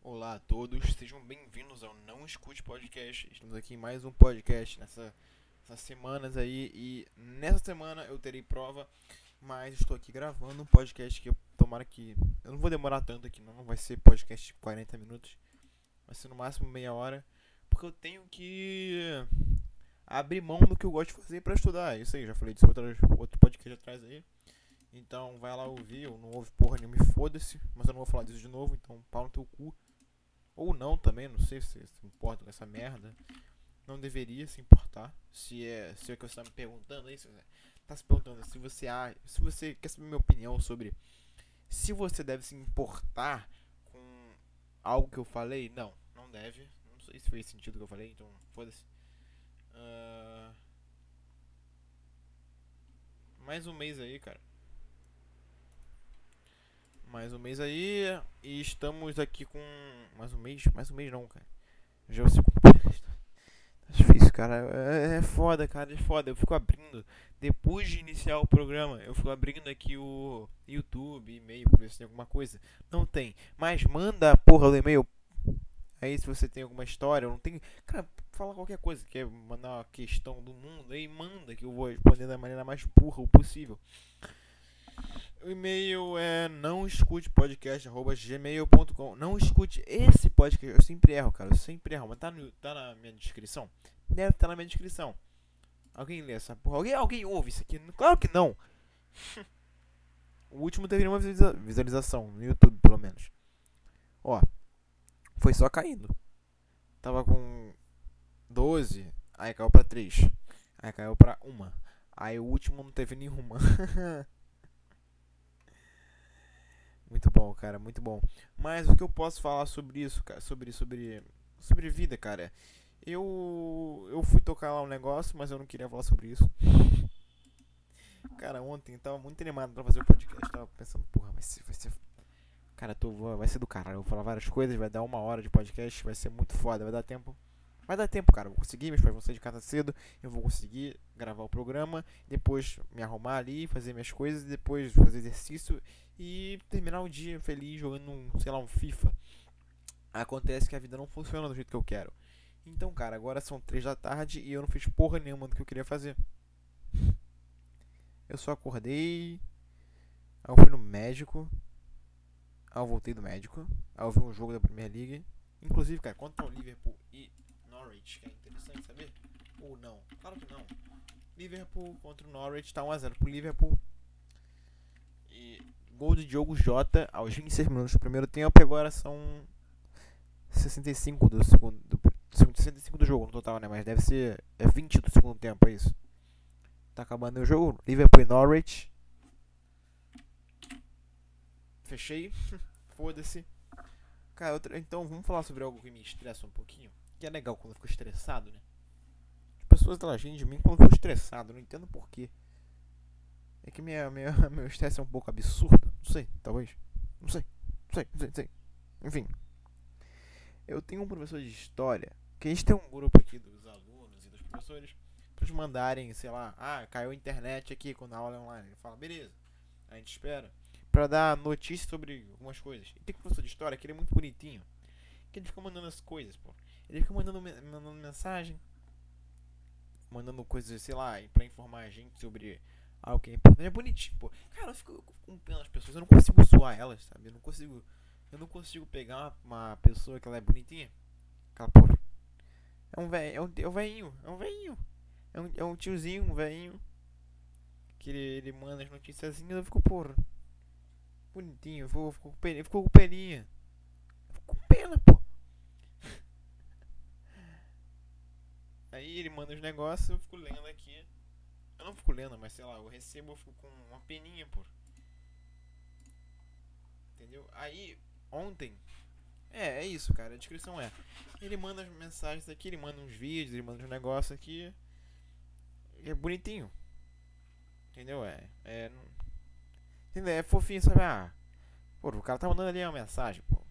Olá a todos, sejam bem-vindos ao Não Escute Podcast. Estamos aqui em mais um podcast nessas semanas aí. E nessa semana eu terei prova, mas estou aqui gravando um podcast que eu tomara que. Eu não vou demorar tanto aqui, não vai ser podcast de 40 minutos, vai ser no máximo meia hora, porque eu tenho que abrir mão do que eu gosto de fazer para estudar. Isso aí, já falei disso outro podcast atrás aí. Então vai lá ouvir, eu não ouvo porra nenhuma, me foda-se, mas eu não vou falar disso de novo, então pau no teu cu. Ou não também, não sei se se importa com essa merda. Não deveria se importar. Se é que você está me perguntando aí, se você tá se perguntando se você quer saber minha opinião sobre se você deve se importar com algo que eu falei, não deve. Não sei se fez sentido o que eu falei, então foda-se. Ah, mais um mês aí, cara. Mais um mês aí e estamos aqui com mais um mês não, cara. Já é o segundo. Tá difícil, cara. É foda, cara. É foda. Eu fico abrindo. Depois de iniciar o programa, eu fico abrindo aqui o YouTube, e-mail, pra ver se tem alguma coisa. Não tem. Mas manda a porra do e-mail. Aí se você tem alguma história, eu não tem. Cara, fala qualquer coisa. Quer mandar uma questão do mundo aí, manda que eu vou responder da maneira mais burra possível. O e-mail é nãoescutepodcast@gmail.com. Não escute esse podcast. Eu sempre erro, cara. Eu sempre erro. Mas tá na minha descrição? Deve estar na minha descrição. Alguém lê essa porra? Alguém ouve isso aqui? Claro que não. O último teve uma visualização no YouTube, pelo menos. Ó, foi só caindo. Tava com 12, aí caiu pra 3. Aí caiu pra 1. Aí o último não teve nenhuma. Muito bom, cara, muito bom. Mas o que eu posso falar sobre isso, cara? Sobre vida, cara. Eu fui tocar lá um negócio, mas eu não queria falar sobre isso. Cara, ontem eu tava muito animado pra fazer o podcast. Tava pensando, porra, vai ser. Cara, vai ser do caralho. Eu vou falar várias coisas, vai dar 1 hora de podcast, vai ser muito foda, vai dar tempo. Vai dar tempo, cara. Eu vou conseguir, meus pais vão sair de casa cedo. Eu vou conseguir gravar o programa. Depois me arrumar ali, fazer minhas coisas. Depois fazer exercício. E terminar o dia feliz jogando sei lá, um FIFA. Acontece que a vida não funciona do jeito que eu quero. Então, cara, agora são 3 da tarde e eu não fiz porra nenhuma do que eu queria fazer. Eu só acordei. Aí eu fui no médico. Aí eu voltei do médico. Aí eu vi um jogo da Premier League. Inclusive, cara, quanto ao Liverpool e Norwich, que é interessante saber? Ou não? Claro que não. Liverpool contra o Norwich tá 1 a 0 pro Liverpool. E gol de Diogo Jota aos 26 minutos do primeiro tempo. E agora são 65 do segundo. 65 do jogo no total, né? Mas deve ser 20 do segundo tempo, é isso. Tá acabando o jogo. Liverpool e Norwich. Fechei. Foda-se. Cara, então vamos falar sobre algo que me estressa um pouquinho. Que é legal quando eu fico estressado, né? As pessoas elas riem de mim quando eu fico estressado. Não entendo porquê. É que meu estresse é um pouco absurdo. Não sei, talvez. Não sei. Enfim. Eu tenho um professor de história. Que a gente tem um grupo aqui dos alunos e dos professores. Pra eles mandarem, sei lá. Ah, caiu a internet aqui quando a aula é online. Ele fala, beleza. A gente espera. Pra dar notícia sobre algumas coisas. E tem um professor de história que ele é muito bonitinho. Que ele fica mandando as coisas, pô. Ele fica mandando mensagem. Mandando coisas, sei lá, pra informar a gente sobre algo que é importante. É bonitinho, pô. Cara, eu fico com pena das pessoas. Eu não consigo zoar elas, sabe? Eu não consigo pegar uma pessoa que ela é bonitinha. Aquela porra. É um velho. É um velhinho. É um velhinho. É um tiozinho, um velhinho. Que ele manda as noticiazinhas. Eu fico, porra. Bonitinho. Eu fico com peninha. Eu fico com pena, pô. Aí ele manda os negócios, eu fico lendo aqui. Eu não fico lendo, mas sei lá, eu recebo, eu fico com uma peninha, pô. Entendeu? Aí, ontem. É isso, cara. A descrição é. Ele manda as mensagens aqui, ele manda uns vídeos, ele manda uns negócios aqui. É bonitinho. Entendeu? Entendeu? É fofinho, sabe? Ah, pô, o cara tá mandando ali uma mensagem, pô.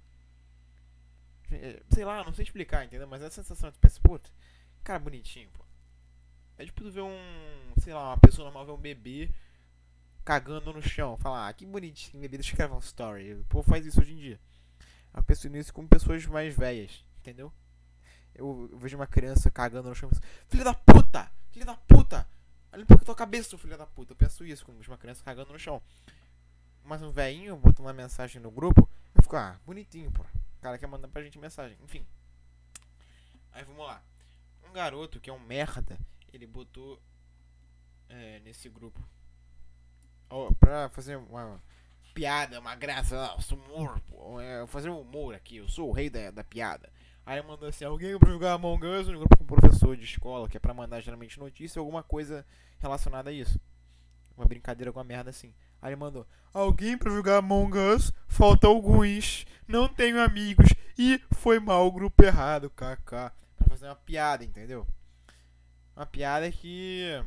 Sei lá, não sei explicar, entendeu? Mas é a sensação de pensa, pô, cara bonitinho, pô. É tipo tu ver sei lá, uma pessoa normal ver um bebê cagando no chão. Falar, ah, que bonitinho, bebê, deixa eu gravar um story. O povo faz isso hoje em dia. Eu penso nisso com pessoas mais velhas, entendeu? Eu vejo uma criança cagando no chão e penso, filha da puta! Filha da puta! Olha pra tua cabeça, seu filho da puta. Eu penso isso quando vejo uma criança cagando no chão. Mas um velhinho botando uma mensagem no grupo, eu fico, bonitinho, pô. O cara quer mandar pra gente mensagem. Enfim. Aí vamos lá. Um garoto que é um merda, ele botou nesse grupo. Pra fazer uma piada, uma graça, eu sou humor, fazer um humor aqui, eu sou o rei da piada. Aí mandou assim, alguém pra jogar Among Us no grupo com um professor de escola, que é pra mandar geralmente notícia ou alguma coisa relacionada a isso. Uma brincadeira com a merda assim. Aí ele mandou, alguém pra jogar Among Us, falta alguns, não tenho amigos, e foi mal o grupo errado, kkk. Pra fazer uma piada, entendeu? Uma piada que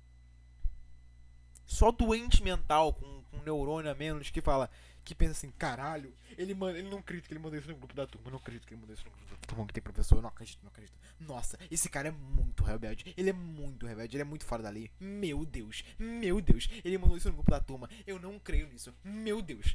só doente mental, com neurônio a menos, que fala, que pensa assim, caralho, ele não acredita que ele mandou isso no grupo da turma, não acredito que ele mandou isso no grupo da turma que tem professor, eu não acredito, não acredito. Nossa, esse cara é muito rebelde, ele é muito fora da lei, meu Deus, ele mandou isso no grupo da turma, eu não creio nisso, meu Deus.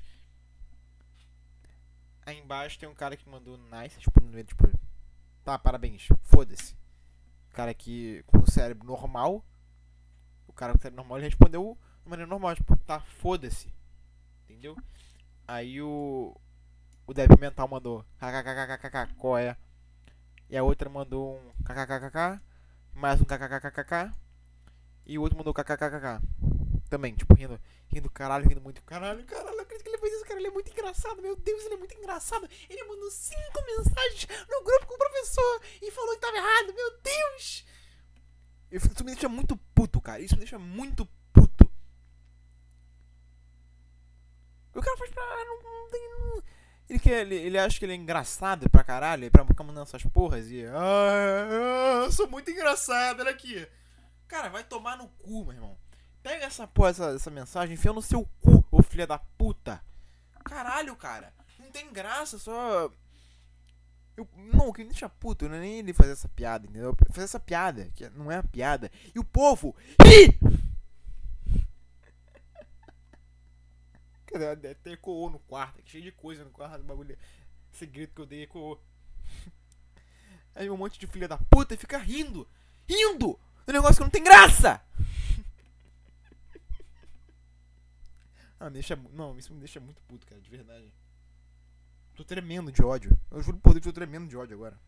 Aí embaixo tem um cara que mandou nice, tipo, tá, parabéns, foda-se. O cara aqui com o cérebro normal, o cara com o cérebro normal, ele respondeu de maneira normal, tipo, tá, foda-se, entendeu? Aí o débil mental mandou kkkkkk, qual é? E a outra mandou um kkkk, mais um kkkk, e o outro mandou kkkk. Também, tipo, rindo caralho, rindo muito. Caralho, eu acredito que ele fez isso, cara. Ele é muito engraçado, meu Deus, ele é muito engraçado. Ele mandou 5 mensagens no grupo com o professor e falou que tava errado, meu Deus. Isso me deixa muito puto, cara. Isso me deixa muito puto. O cara faz pra. Ele acha que ele é engraçado pra caralho, é pra ficar mandando essas porras e. Eu sou muito engraçado, olha aqui. Cara, vai tomar no cu, meu irmão. Pega essa porra, essa mensagem, enfia no seu cu, ô filha da puta. Caralho, cara. Não tem graça, só. Não, o que me deixa puto não é nem ele fazer essa piada, entendeu? Fazer essa piada, que não é uma piada. E o povo ri! Até ecoou no quarto, cheio de coisa no quarto, bagulho. Esse grito que eu dei ecoou. Aí um monte de filha da puta fica rindo! Rindo! Do negócio que não tem graça! Isso me deixa muito puto, cara, de verdade. Tô tremendo de ódio. Eu juro por Deus que eu tô tremendo de ódio agora.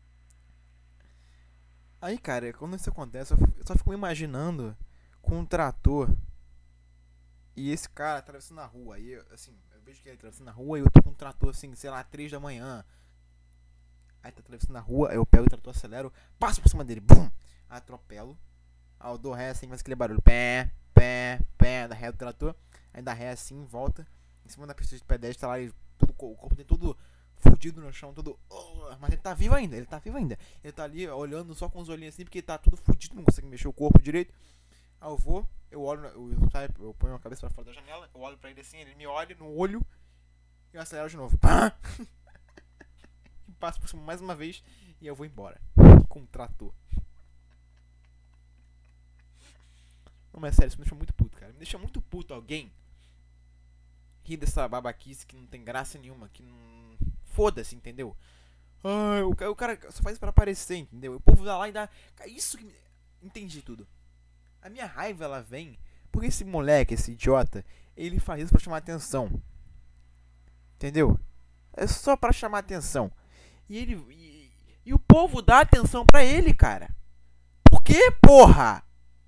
Aí, cara, quando isso acontece, eu só fico me imaginando com um trator e esse cara atravessando a rua. Aí, assim, eu vejo que ele atravessando a rua e eu tô com um trator, assim, sei lá, 3 da manhã. Aí tá atravessando a rua, aí eu pego o trator, acelero, passo por cima dele, bum! Atropelo. Aí eu dou ré assim, faz aquele barulho, pé, da ré do trator. Aí dá ré assim, volta. Em cima da pista de pedestre, tá lá, o corpo dele todo fudido no chão, todo. Mas ele tá vivo ainda, ele tá ali olhando só com os olhinhos assim, porque tá tudo fudido, não consegue mexer o corpo direito. Aí eu olho, eu ponho a cabeça pra fora da janela, eu olho pra ele assim, ele me olha no olho e eu acelero de novo. E passo por cima mais uma vez e eu vou embora. Com o trator. Não, mas sério, isso me deixa muito puto, cara. Me deixa muito puto alguém rir dessa babaquice que não tem graça nenhuma, que não. Foda-se, entendeu? O cara só faz isso pra aparecer, entendeu? O povo vai lá e dá. Isso que. Entendi tudo. A minha raiva, ela vem porque esse moleque, esse idiota, ele faz isso pra chamar atenção. Entendeu? É só pra chamar atenção. E o povo dá atenção pra ele, cara. Por que, porra?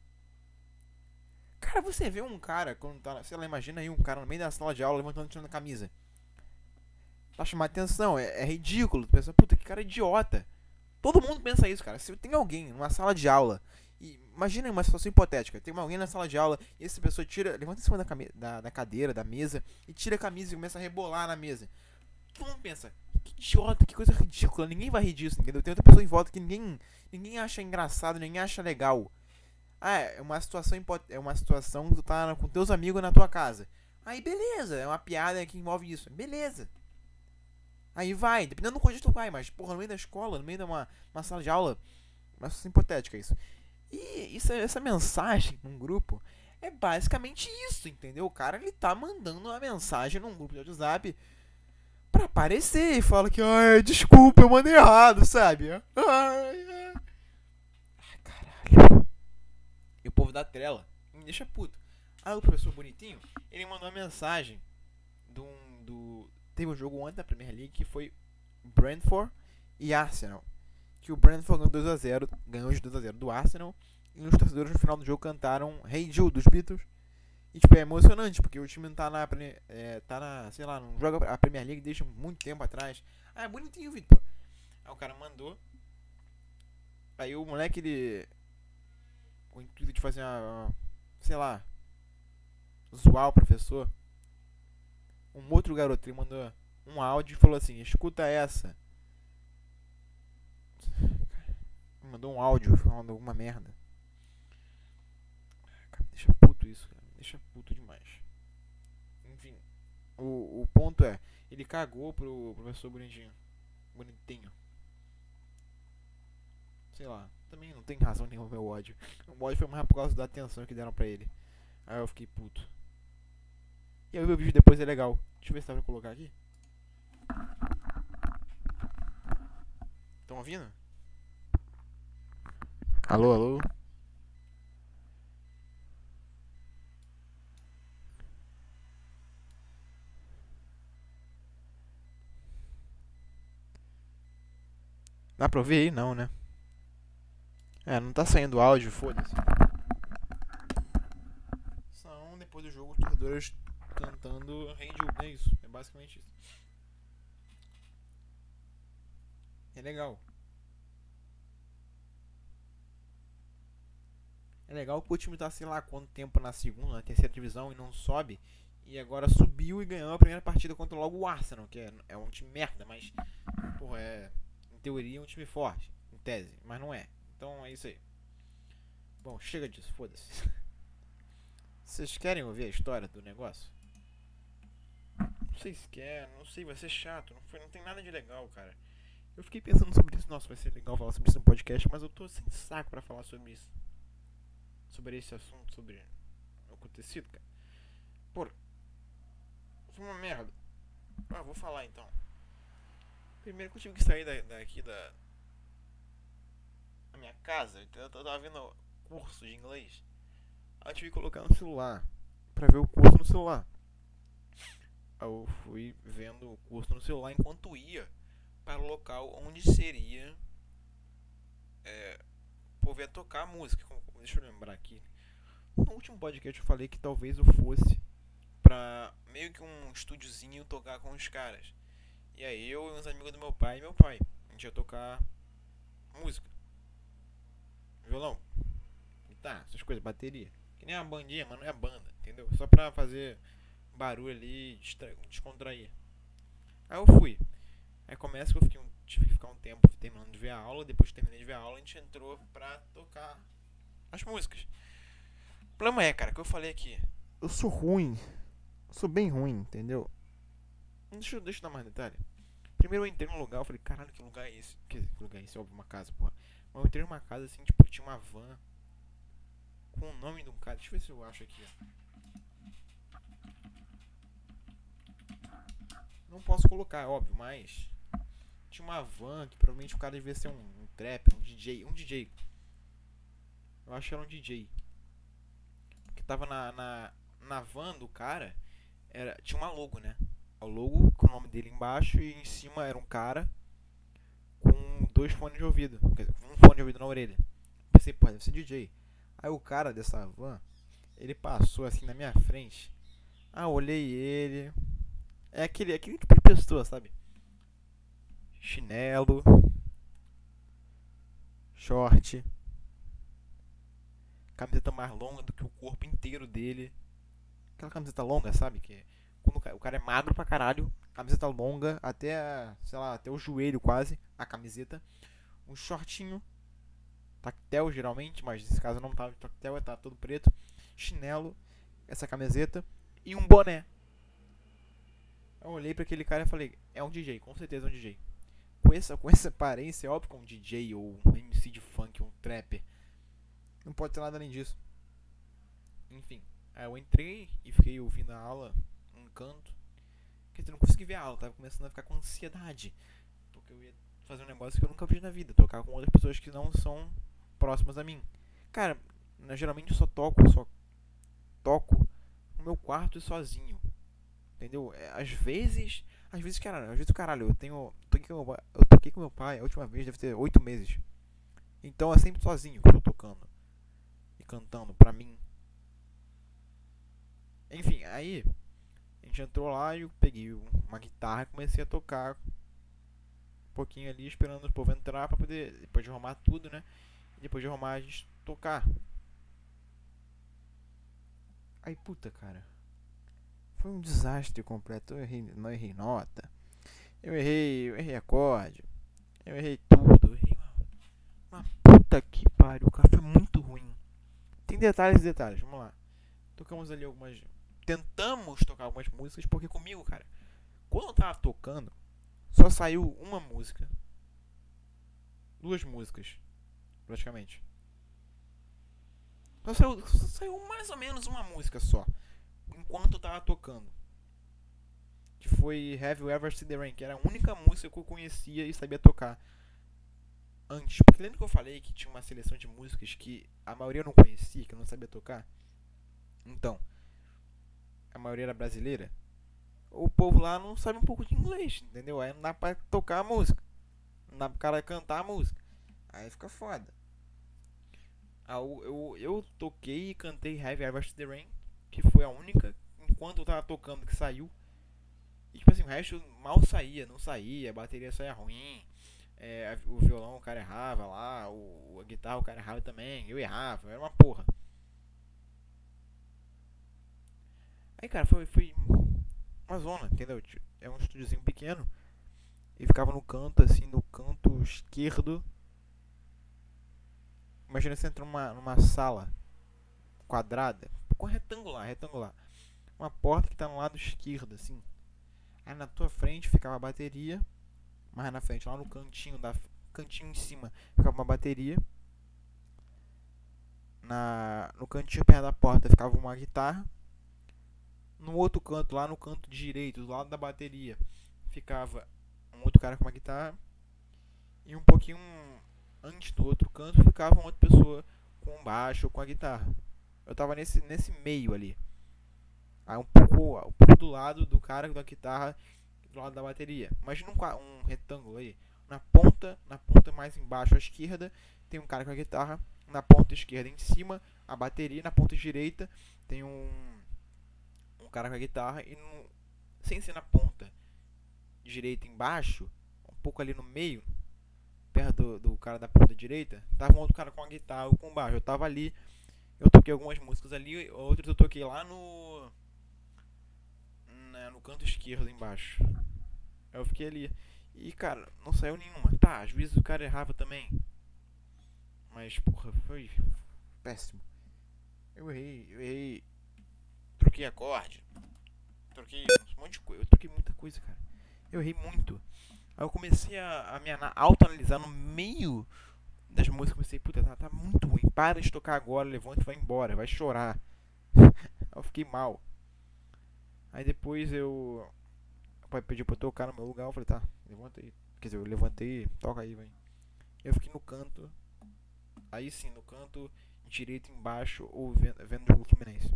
Cara, você vê um cara, quando tá, sei lá, imagina aí um cara no meio da sala de aula levantando e tirando a camisa. Pra chamar atenção, é ridículo. Tu pensa, puta, que cara idiota. Todo mundo pensa isso, cara. Se tem alguém numa sala de aula, e imagina uma situação hipotética, tem alguém na sala de aula e essa pessoa levanta em cima da cadeira, da mesa, e tira a camisa e começa a rebolar na mesa. Todo mundo pensa, que idiota, que coisa ridícula, ninguém vai rir disso, entendeu? Tem outra pessoa em volta que ninguém acha engraçado, ninguém acha legal. É uma situação que tu tá com teus amigos na tua casa. Aí beleza, é uma piada que envolve isso. Beleza. Aí vai, dependendo do contexto vai, mas porra, no meio da escola, no meio de uma sala de aula, uma situação hipotética isso. E essa mensagem num grupo é basicamente isso, entendeu? O cara ele tá mandando uma mensagem num grupo de WhatsApp pra aparecer e fala que, ai, desculpa, eu mandei errado, sabe? Ai, ai. Ai, caralho. E o povo da trela me deixa puto. Aí o professor bonitinho, ele mandou uma mensagem teve um jogo antes da Premier League que foi Brentford e Arsenal. Que o Brentford ganhou 2-0, ganhou de 2-0 do Arsenal. E os torcedores no final do jogo cantaram Hey Jude dos Beatles. E tipo, é emocionante, porque o time não tá sei lá, não joga a Premier League desde muito tempo atrás. Ah, é bonitinho o vídeo, pô. Aí o cara mandou. Aí o moleque, ele, com o intuito de fazer sei lá, zoar o professor, um outro garoto, ele mandou um áudio e falou assim, escuta essa. Mandou um áudio falando alguma merda. Cara, deixa puto isso, cara. Deixa puto demais. Enfim, o ponto é, ele cagou pro professor bonitinho. Bonitinho. Sei lá, também não tem razão nenhuma o meu ódio. O ódio foi mais por causa da atenção que deram pra ele. Aí eu fiquei puto. E aí o vídeo depois é legal. Deixa eu ver se dá pra colocar aqui. Estão ouvindo? Alô, alô? Dá pra ouvir aí? Não, né? É, não tá saindo áudio, foda-se. São, depois do jogo, os torcedores cantando Hey Jude, é isso. É basicamente isso. É legal. É legal que o time tá, sei lá, quanto tempo na segunda, na terceira divisão e não sobe. E agora subiu e ganhou a primeira partida contra logo o Arsenal, que é um time merda, mas, porra, em teoria é um time forte, em tese, mas não é. Então é isso aí. Bom, chega disso, foda-se. Vocês querem ouvir a história do negócio? Não sei se quer, não sei, vai ser chato, não tem nada de legal, cara. Eu fiquei pensando sobre isso, nossa, vai ser legal falar sobre isso no podcast, mas eu tô sem saco pra falar sobre isso. Sobre esse assunto, sobre o acontecido, cara. Pô, foi uma merda. Ah, vou falar então. Primeiro que eu tive que sair daqui da minha casa, eu tava vendo curso de inglês. Aí eu tive que colocar no celular, pra ver o curso no celular. Aí eu fui vendo o curso no celular enquanto ia para o local onde seria o povo ia tocar a música. Deixa eu lembrar aqui. No último podcast eu falei que talvez eu fosse pra meio que um estúdiozinho tocar com os caras. E aí eu e uns amigos do meu pai e meu pai. A gente ia tocar música. Violão, guitarra, essas coisas, bateria. Que nem uma bandinha, mas não é banda, entendeu? Só pra fazer barulho ali, descontrair. Aí eu fui. Aí começa que tive que ficar um tempo terminando de ver a aula. Depois que terminei de ver a aula, a gente entrou pra tocar as músicas. O problema é, cara, que eu falei aqui. Eu sou ruim. Eu sou bem ruim, entendeu? Deixa eu dar mais detalhe. Primeiro eu entrei num lugar, eu falei, caralho, que lugar é esse? Que lugar é esse? Óbvio, uma casa, porra. Mas eu entrei numa casa assim, tipo, tinha uma van com o nome de um cara. Deixa eu ver se eu acho aqui, ó. Não posso colocar, óbvio, mas tinha uma van que provavelmente o cara devia ser um trapper, um DJ. Um DJ. Eu acho que era um DJ. Que tava na van do cara, tinha uma logo, né? O logo com o nome dele embaixo e em cima era um cara com dois fones de ouvido. Quer dizer, um fone de ouvido na orelha. Pensei, pô, deve ser DJ. Aí o cara dessa van, ele passou assim na minha frente. Ah, olhei ele. É aquele tipo de pessoa, sabe? Chinelo, short, camiseta mais longa do que o corpo inteiro dele. Aquela camiseta longa, sabe? Que quando o cara é magro pra caralho, camiseta longa até, sei lá, até o joelho quase, a camiseta. Um shortinho, tactel geralmente, mas nesse caso não tava tactel, tá todo preto. Chinelo, essa camiseta e um boné. Eu olhei pra aquele cara e falei, é um DJ, com certeza é um DJ. Com essa aparência, é óbvio que é um DJ ou um MC de funk, um trapper. Não pode ter nada além disso. Enfim, aí eu entrei e fiquei ouvindo a aula num canto. Quer Quer dizer, eu não consegui ver a aula, tava começando a ficar com ansiedade. Porque eu ia fazer um negócio que eu nunca fiz na vida, tocar com outras pessoas que não são próximas a mim. Cara, geralmente eu só toco no meu quarto e sozinho. Entendeu? Às vezes, caralho, eu toquei com meu pai, a última vez deve ter 8 meses. Então é sempre sozinho que eu tô tocando e cantando pra mim. Enfim, aí a gente entrou lá e eu peguei uma guitarra e comecei a tocar um pouquinho ali, esperando o povo entrar pra poder, depois de arrumar tudo, né? E depois de arrumar a gente tocar. Aí, puta, cara, foi um desastre completo. Eu errei, não errei nota, eu errei acorde, eu errei tudo. Eu errei uma puta que pariu, cara, foi muito ruim. Tem detalhes e detalhes, vamos lá. Tocamos ali algumas. Tentamos tocar algumas músicas, porque comigo, cara, quando eu tava tocando, só saiu uma música. Duas músicas, praticamente. Só saiu mais ou menos uma música só, enquanto eu tava tocando. Que foi Have You Ever Seen the Rain, que era a única música que eu conhecia e sabia tocar antes. Porque lembra que eu falei que tinha uma seleção de músicas que a maioria eu não conhecia, que eu não sabia tocar? Então, a maioria era brasileira. O povo lá não sabe um pouco de inglês, entendeu? Aí não dá pra tocar a música. Não dá pro cara cantar a música. Aí fica foda. Eu toquei e cantei Have You Ever Seen the Rain, que foi a única, enquanto eu tava tocando, que saiu. E tipo assim, o resto mal saía, não saía, a bateria saía ruim. O violão o cara errava lá, a guitarra o cara errava também, eu errava, era uma porra. Aí cara, foi uma zona, entendeu? É um estúdiozinho pequeno e ficava no canto, assim, no canto esquerdo. Imagina você entra numa sala quadrada, com retangular. Uma porta que tá no lado esquerdo, assim. Aí na tua frente ficava a bateria, mais na frente, lá no cantinho em cima, ficava uma bateria. No cantinho perto da porta ficava uma guitarra. No outro canto, lá no canto direito, do lado da bateria, ficava um outro cara com uma guitarra. E um pouquinho antes do outro canto ficava uma outra pessoa com um baixo ou com a guitarra. Eu tava nesse meio ali. Aí um pouco do lado do cara da guitarra e do lado da bateria. Imagina um retângulo aí. Na ponta mais embaixo à esquerda tem um cara com a guitarra. Na ponta esquerda em cima a bateria. Na ponta direita tem um cara com a guitarra. E sem ser na ponta direita embaixo, um pouco ali no meio, perto do cara da ponta direita, tava um outro cara com a guitarra ou com baixo. Eu tava ali, eu toquei algumas músicas ali, outras eu toquei lá no canto esquerdo embaixo. Aí eu fiquei ali. E cara, não saiu nenhuma. Tá, às vezes o cara errava também. Mas porra, foi péssimo. Eu errei. Troquei acorde. Troquei um monte de coisa. Eu troquei muita coisa, cara. Eu errei muito. Aí eu comecei a me autoanalisar no meio das músicas. Comecei, puta, tá muito ruim. Para de tocar agora, levanta e vai embora, vai chorar. Aí eu fiquei mal. Aí depois o pai pediu pra eu tocar no meu lugar. Eu falei, tá, levanta aí. Quer dizer, eu levantei, toca aí, vai. Eu fiquei no canto. Aí sim, no canto direito embaixo, ou vendo o jogo do Fluminense.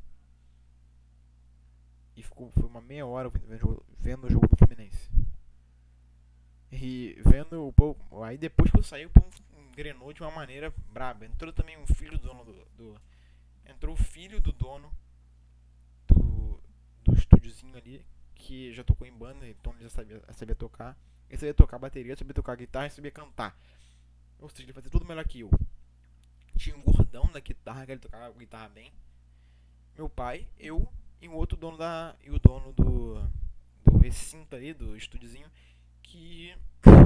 E foi uma meia hora vendo o jogo do Fluminense. E vendo o povo. Aí depois que eu saí, o povo engrenou de uma maneira braba. Entrou também um filho do dono entrou o filho do dono do estúdiozinho ali, que já tocou em banda, então ele já sabia tocar. Ele sabia tocar bateria, sabia tocar guitarra e sabia cantar. Ou seja, ele fazia tudo melhor que eu. Tinha um gordão da guitarra, que ele tocava guitarra bem. Meu pai, eu e o outro dono e o dono do recinto ali, do estúdiozinho, que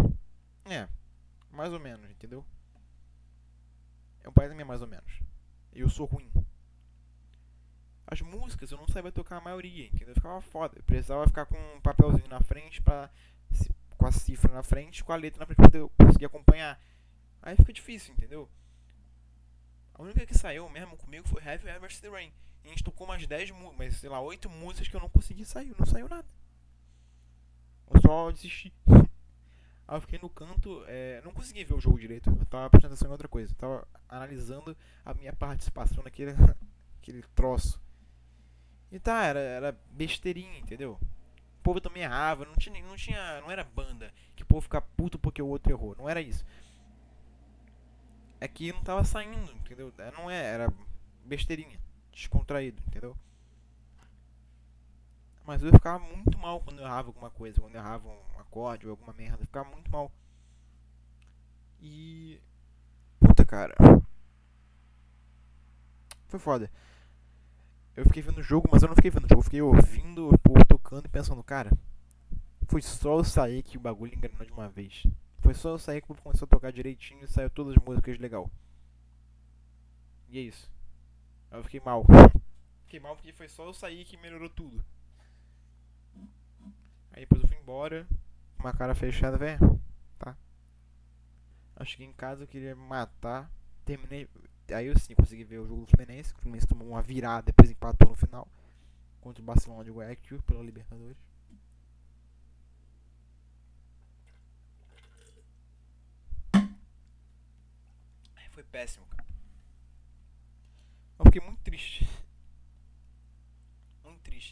mais ou menos, entendeu? É um pai também mais ou menos. Eu sou ruim. As músicas eu não sabia tocar a maioria, entendeu? Ficava foda. Eu precisava ficar com um papelzinho na frente com a cifra na frente, com a letra na frente pra eu conseguir acompanhar. Aí fica difícil, entendeu? A única que saiu mesmo comigo foi Have You Ever Seen the Rain. E a gente tocou umas 10 músicas, mas sei lá, 8 músicas que eu não consegui sair, não saiu nada. Eu só desisti. Aí eu fiquei no canto, não consegui ver o jogo direito. Eu tava prestando atenção em outra coisa. Eu tava analisando a minha participação naquele aquele troço. E tá, era besteirinha, entendeu? O povo também errava, não era banda que o povo ficar puto porque o outro errou. Não era isso. É que não tava saindo, entendeu? Não era besteirinha, descontraído, entendeu? Mas eu ficava muito mal quando eu errava alguma coisa, quando eu errava um acorde ou alguma merda. Eu ficava muito mal. E. Puta, cara. Foi foda. Eu fiquei vendo o jogo, mas eu não fiquei vendo o jogo. Eu fiquei ouvindo o povo tocando e pensando, cara, foi só eu sair que o bagulho engrenou de uma vez. Foi só eu sair que o povo começou a tocar direitinho e saiu todas as músicas legal. E é isso. Aí eu fiquei mal. Fiquei mal porque foi só eu sair que melhorou tudo. Aí depois eu fui embora, com uma cara fechada, velho. Tá. Eu cheguei em casa, eu queria me matar. Terminei. Aí eu sim consegui ver o jogo do Fluminense. O Fluminense tomou uma virada, depois empatou no final. Contra o Barcelona de Guayaquil pela Libertadores. Foi péssimo, cara. Eu fiquei muito triste. Muito triste.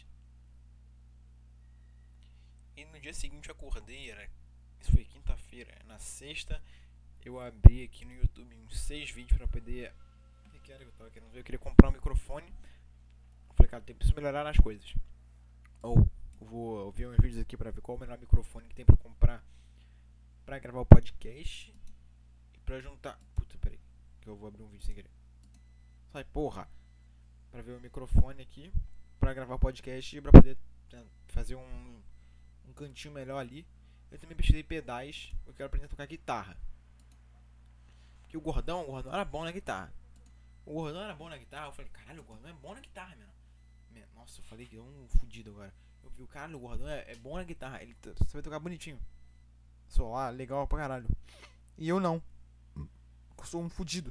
E no dia seguinte eu acordei, isso foi quinta-feira. Na sexta eu abri aqui no YouTube uns 6 vídeos pra poder. O que era que eu tava querendo ver? Eu queria comprar um microfone. Eu falei, cara, tem preciso melhorar as coisas. Ou vou ver uns vídeos aqui pra ver qual é o melhor microfone que tem pra comprar pra gravar o podcast. E pra juntar. Puta, peraí. Que eu vou abrir um vídeo sem querer. Sai, porra! Pra ver o microfone aqui. Pra gravar o podcast e pra poder fazer um cantinho melhor ali. Eu também pesquisei pedais. Eu quero aprender a tocar guitarra. Porque o Gordão era bom na guitarra. O Gordão era bom na guitarra. Eu falei, caralho, o Gordão é bom na guitarra, mano. Nossa, eu falei que é um fudido agora. Eu vi o caralho, o Gordão é bom na guitarra. Você vai tocar bonitinho. Solar, legal pra caralho. E eu não. Eu sou um fudido.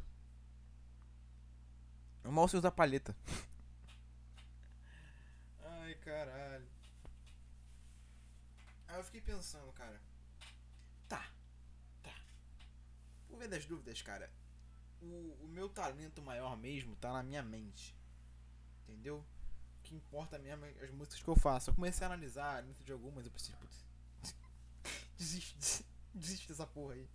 Eu mal sei usar palheta. Ai, caralho. Aí eu fiquei pensando, cara. Tá. Por ver das dúvidas, cara. O meu talento maior mesmo tá na minha mente. Entendeu? O que importa mesmo é as músicas que eu faço. Eu comecei a analisar dentro de algumas, eu pensei, putz, desiste dessa porra aí.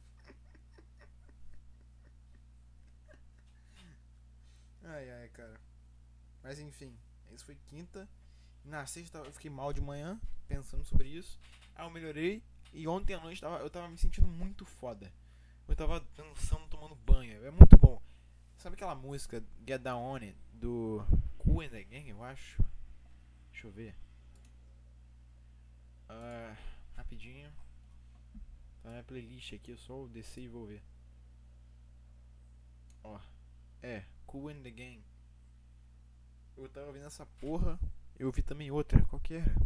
Ai, cara. Mas enfim, isso foi quinta. Na sexta eu fiquei mal de manhã, pensando sobre isso. Aí eu melhorei. E ontem à noite eu tava me sentindo muito foda. Eu tava dançando, tomando banho. É muito bom. Sabe aquela música Get Down On It do Kool and the Gang, eu acho? Deixa eu ver. Rapidinho. Tá na playlist aqui, eu só descer e vou ver. Ó. Kool and the Gang. Eu tava ouvindo essa porra. Eu ouvi também outra. Qual que era?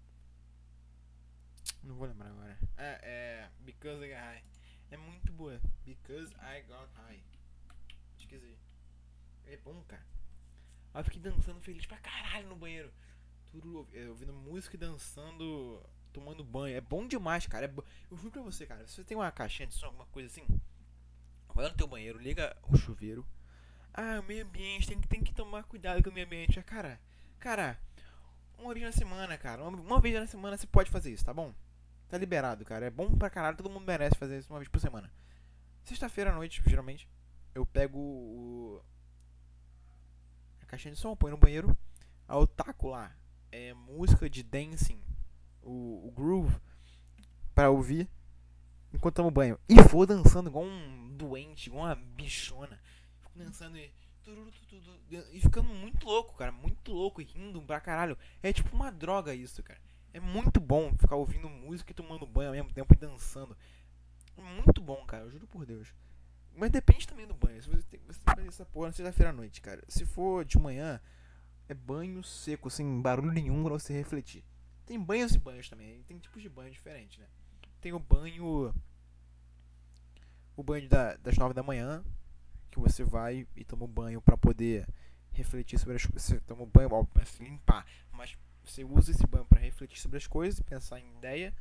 Não vou lembrar agora. Because I Got High. É muito boa. Because I Got High. Esqueci. É bom, cara. Aí eu fiquei dançando feliz pra caralho no banheiro. Tudo ouvindo música e dançando, tomando banho. É bom demais, cara. Eu juro pra você, cara. Se você tem uma caixinha de som, alguma coisa assim, vai no teu banheiro, liga o chuveiro. O meio ambiente, tem que tomar cuidado com o meio ambiente. Cara, uma vez na semana, cara. Uma vez na semana você pode fazer isso, tá bom? Tá liberado, cara. É bom pra caralho, todo mundo merece fazer isso uma vez por semana. Sexta-feira à noite, geralmente, eu pego a caixinha de som, põe no banheiro. Aí eu taco lá música de dancing, o groove, pra ouvir enquanto tomo banho. E vou dançando igual um doente, igual uma bichona. Fico dançando e ficando muito louco, cara. Muito louco e rindo pra caralho. É tipo uma droga isso, cara. É muito bom ficar ouvindo música e tomando banho ao mesmo tempo e dançando. É muito bom, cara. Eu juro por Deus. Mas depende também do banho. Se você tem que fazer essa porra na sexta-feira à noite, cara. Se for de manhã, é banho seco, sem barulho nenhum pra você refletir. Tem banhos e banhos também. Tem tipos de banho diferentes, né? Tem o banho. O banho das 9 da manhã. Que você vai e toma um banho pra poder refletir sobre as coisas. Você toma um banho pra se limpar. Mas você usa esse banho pra refletir sobre as coisas e pensar em ideia.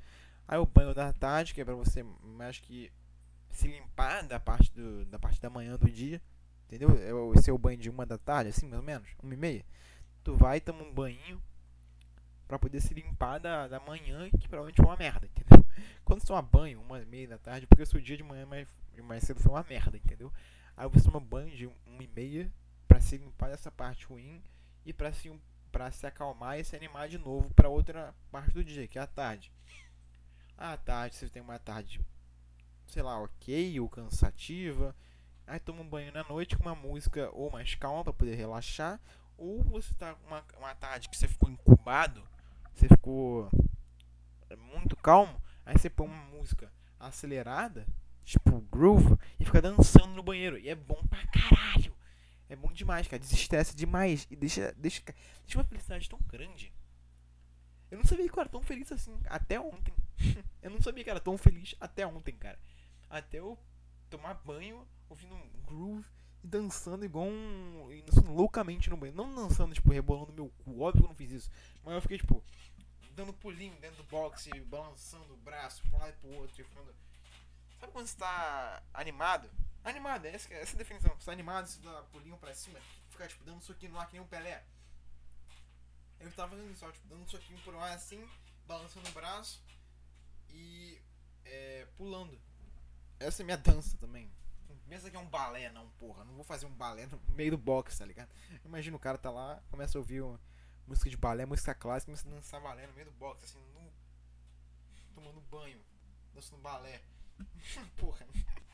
Aí o banho da tarde, que é pra você mais que se limpar da parte da manhã do dia. Entendeu? É o seu banho de 1 da tarde, assim, mais ou menos, 1h30. Tu vai, toma um banho pra poder se limpar da manhã, que provavelmente foi uma merda, entendeu? Quando você toma banho, 1h30 da tarde, porque o seu dia de manhã mais cedo foi uma merda, entendeu? Aí você toma banho de 1h30 pra se limpar dessa parte ruim e pra se acalmar e se animar de novo pra outra parte do dia, que é a tarde. À tarde você tem uma tarde, sei lá, ok ou cansativa. Aí toma um banho na noite com uma música ou mais calma pra poder relaxar. Ou você tá uma tarde que você ficou incubado, você ficou muito calmo, aí você põe uma música acelerada, tipo groove, e fica dançando no banheiro. E é bom pra caralho. É bom demais, cara. Desestressa demais. E deixa uma felicidade tão grande. Eu não sabia que eu era tão feliz assim até ontem. Eu não sabia que era tão feliz até ontem, cara. Até eu tomar banho, ouvindo um groove e dançando igual e dançando loucamente no banho. Não dançando, tipo, rebolando meu cu. Óbvio que eu não fiz isso. Mas eu fiquei, tipo, dando pulinho dentro do boxe, balançando o braço pra um lado e pro outro. E ficando... Sabe quando você tá animado? Animado, essa é a definição. Você tá animado, você dá pulinho pra cima, fica, tipo, dando um soquinho no ar que nem um Pelé. Eu tava fazendo isso, ó, tipo, dando um soquinho pro ar assim, balançando o braço e pulando. Essa é minha dança também. Pensa que é um balé, não, porra. Não vou fazer um balé no meio do box, tá ligado? Imagina o cara tá lá, começa a ouvir música de balé, música clássica, começa a dançar balé no meio do box, assim, tomando banho, dançando balé. Porra,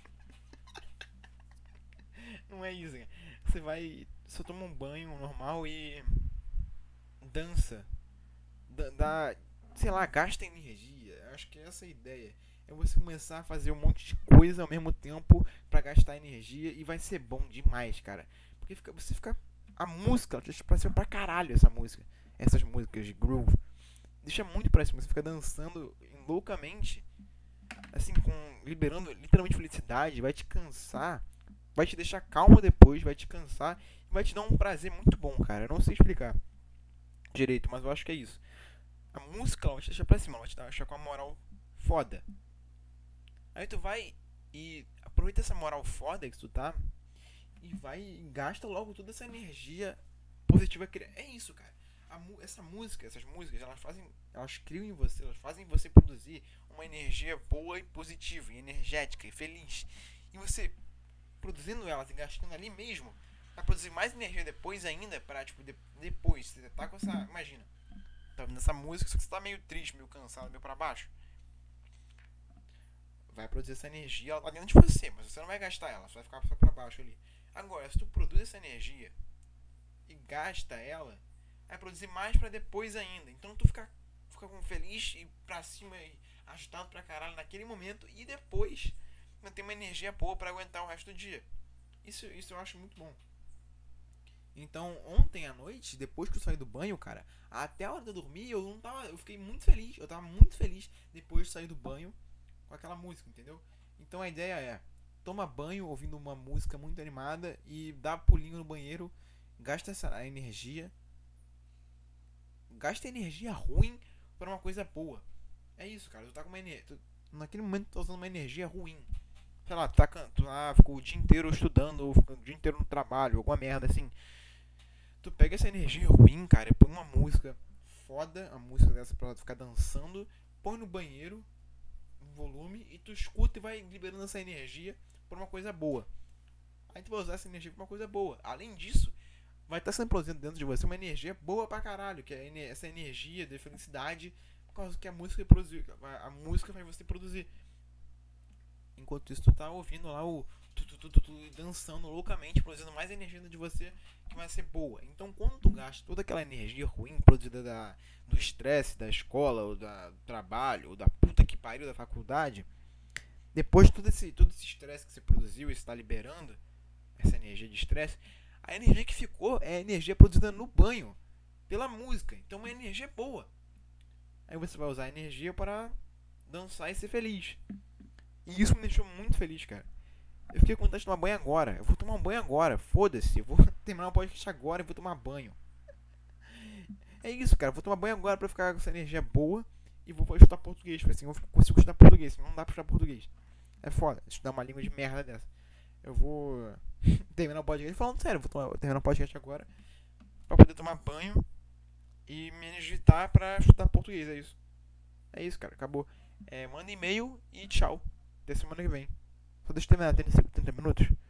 não é isso, cara. Você vai, só toma um banho normal e dança. Dá, sei lá, gasta energia. Acho que essa é a ideia. É você começar a fazer um monte de coisa ao mesmo tempo pra gastar energia e vai ser bom demais, cara. Porque você fica. A música, ela deixa pra cima pra caralho essa música. Essas músicas de groove. Deixa muito pra cima. Você fica dançando loucamente. Assim, liberando literalmente felicidade. Vai te cansar. Vai te deixar calma depois. Vai te cansar. E vai te dar um prazer muito bom, cara. Eu não sei explicar direito, mas eu acho que é isso. A música ela vai te deixar pra cima. Ela vai te deixar com uma moral foda. Aí tu vai e aproveita essa moral foda que tu tá e vai e gasta logo toda essa energia positiva. É isso, cara. Essa música, essas músicas, elas criam em você, elas fazem você produzir uma energia boa e positiva, e energética e feliz. E você produzindo elas e gastando ali mesmo, vai produzir mais energia depois ainda para tipo depois você tá com essa, imagina, tá ouvindo essa música, só que você tá meio triste, meio cansado, meio para baixo. Vai produzir essa energia lá dentro de você, mas você não vai gastar ela, você vai ficar só pra baixo ali. Agora, se tu produz essa energia e gasta ela, vai produzir mais pra depois ainda. Então tu fica feliz e pra cima e agitado pra caralho naquele momento e depois tem uma energia boa pra aguentar o resto do dia. Isso eu acho muito bom. Então, ontem à noite, depois que eu saí do banho, cara, até a hora de eu dormir, eu fiquei muito feliz. Eu tava muito feliz depois de sair do banho com aquela música, entendeu? Então a ideia é: toma banho ouvindo uma música muito animada e dá pulinho no banheiro, gasta essa energia, gasta energia ruim para uma coisa boa. É isso, cara. Tu tá com uma energia, naquele momento tu tá usando uma energia ruim. Sei lá, tu ficou o dia inteiro estudando, ou ficou o dia inteiro no trabalho, alguma merda assim. Tu pega essa energia ruim, cara, e põe uma música foda, a música dessa pra ficar dançando, põe no banheiro, volume, e tu escuta e vai liberando essa energia por uma coisa boa. Aí tu vai usar essa energia por uma coisa boa. Além disso, vai estar sendo produzindo dentro de você uma energia boa pra caralho, que é essa energia de felicidade, por causa que a música produziu, a música faz você produzir. Enquanto isso tu tá ouvindo lá o dançando loucamente, produzindo mais energia dentro de você que vai ser boa. Então quando tu gasta toda aquela energia ruim produzida do estresse da escola, ou do trabalho, ou da puta que pariu da faculdade, depois de todo esse estresse que você produziu e está liberando essa energia de estresse, a energia que ficou é a energia produzida no banho pela música. Então é uma energia boa. Aí você vai usar a energia para dançar e ser feliz. E isso me deixou muito feliz, cara. Eu fiquei com vontade de tomar banho agora. Eu vou tomar um banho agora. Foda-se. Eu vou terminar o podcast agora e vou tomar banho. É isso, cara. Eu vou tomar banho agora pra ficar com essa energia boa e vou estudar português. Tipo assim, eu consigo estudar português. Não dá pra estudar português. É foda estudar uma língua de merda dessa. Eu vou terminar o podcast falando sério. Vou terminar o podcast agora pra poder tomar banho e me agitar pra estudar português. É isso. É isso, cara. Acabou. Manda e-mail e tchau. Até semana que vem. Só deixa eu terminar. 30 minutos.